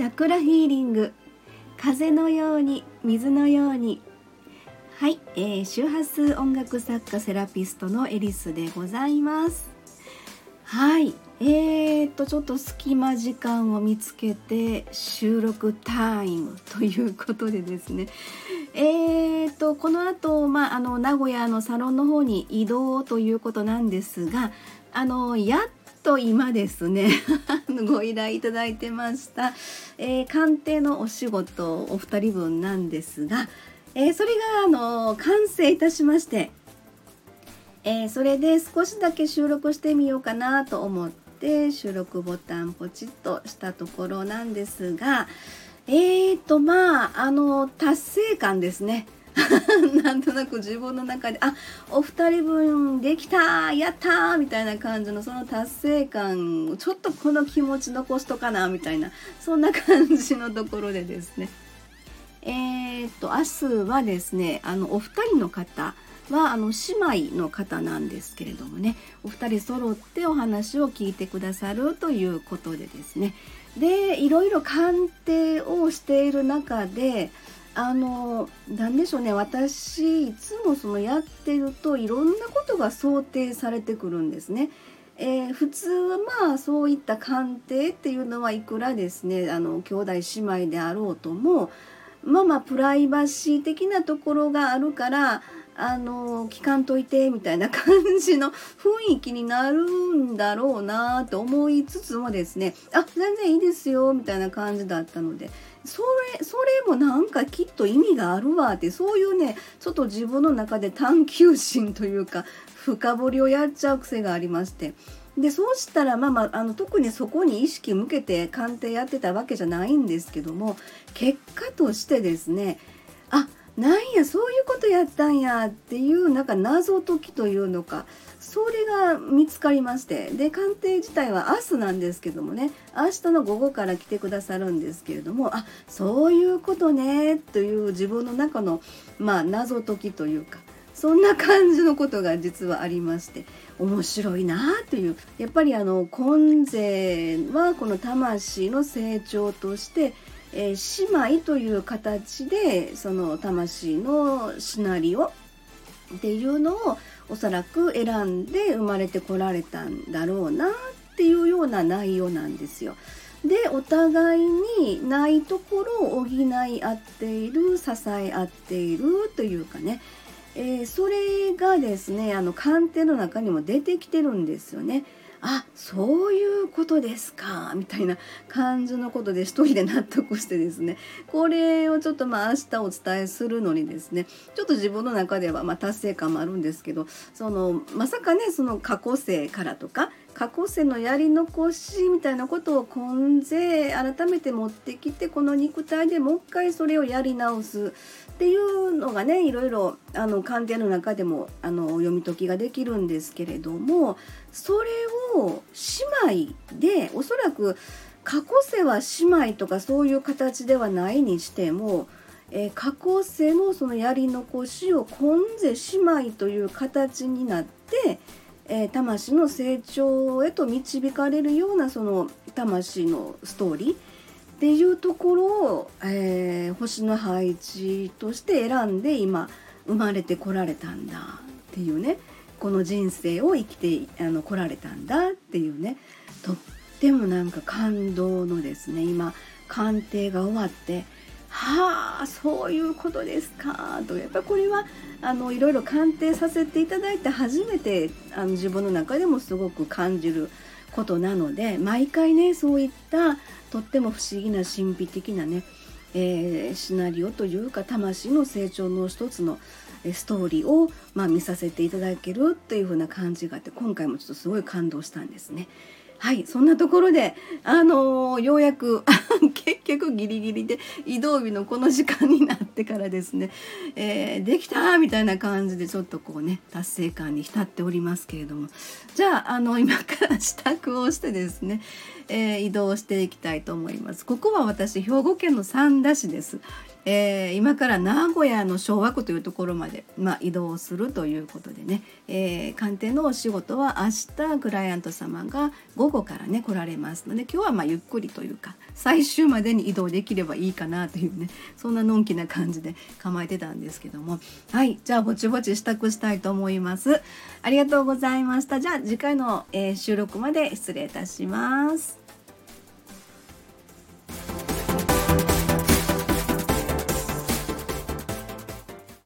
ャクラヒーリング、風のように水のように。はい、周波数音楽作家セラピストのエリスでございます。はい、ちょっと隙間時間を見つけて収録タイムということでですね、この後、名古屋のサロンの方に移動ということなんですが、やっと今ですねご依頼いただいてました、鑑定のお仕事お二人分なんですが、それが完成いたしまして、それで少しだけ収録してみようかなと思って収録ボタンポチッとしたところなんですが、達成感ですねなんとなく自分の中でお二人分できたやったーみたいな感じのその達成感をちょっとこの気持ち残しとかなみたいな、そんな感じのところでですね、明日はですねお二人の方は姉妹の方なんですけれどもね、お二人揃ってお話を聞いてくださるということでですね、でいろいろ鑑定をしている中でなんでしょうね、私いつもそのやってるといろんなことが想定されてくるんですね。普通はそういった鑑定っていうのはいくらですね兄弟姉妹であろうともプライバシー的なところがあるから聞かんといてみたいな感じの雰囲気になるんだろうなと思いつつもですね、全然いいですよみたいな感じだったので、それもなんかきっと意味があるわって、そういうねちょっと自分の中で探求心というか深掘りをやっちゃう癖がありまして、でそうしたら特にそこに意識向けて鑑定やってたわけじゃないんですけども、結果としてですね、なんやそういうことやったんやっていうなんか謎解きというのか、それが見つかりまして、で鑑定自体は明日なんですけどもね、明日の午後から来てくださるんですけれども、そういうことねという自分の中の謎解きというか、そんな感じのことが実はありまして、面白いなという、やっぱり今世はこの魂の成長として姉妹という形でその魂のシナリオっていうのをおそらく選んで生まれてこられたんだろうなっていうような内容なんですよ。でお互いにないところを補い合っている、支え合っているというかね、それがですね鑑定の中にも出てきてるんですよね。そういうことですかみたいな感じのことで一人で納得してですね、これをちょっと明日お伝えするのにですね、ちょっと自分の中では達成感もあるんですけど、まさかねその過去世からとか過去世のやり残しみたいなことを今世改めて持ってきて、この肉体でもう一回それをやり直すっていうのがね、いろいろ鑑定の中でも読み解きができるんですけれども、それを姉妹でおそらく過去世は姉妹とかそういう形ではないにしても、過去世のそのやり残しを今世姉妹という形になって、魂の成長へと導かれるようなその魂のストーリーっていうところを、星の配置として選んで今生まれてこられたんだっていうね、この人生を生きてこられたんだっていうね、とってもなんか感動のですね、今鑑定が終わってそういうことですかと、やっぱりこれはいろいろ鑑定させていただいて初めて自分の中でもすごく感じることなので、毎回ねそういったとっても不思議な神秘的なね、シナリオというか魂の成長の一つのストーリーを見させていただけるという風な感じがあって、今回もちょっとすごい感動したんですね。はい、そんなところでようやく結局ギリギリで移動日のこの時間になってからですね、できたみたいな感じでちょっとこうね達成感に浸っておりますけれども、じゃあ今から支度をしてですね、移動していきたいと思います。ここは私兵庫県の三田市です。 今から名古屋の昭和区というところまで、移動するということでね、鑑定のお仕事は明日クライアント様が午後からね来られますので、今日はゆっくりというか最終までに移動できればいいかなというね、そんなのんきな感じで構えてたんですけども、はい、じゃあぼちぼち支度したいと思います。ありがとうございました。じゃあ次回の、収録まで失礼いたします。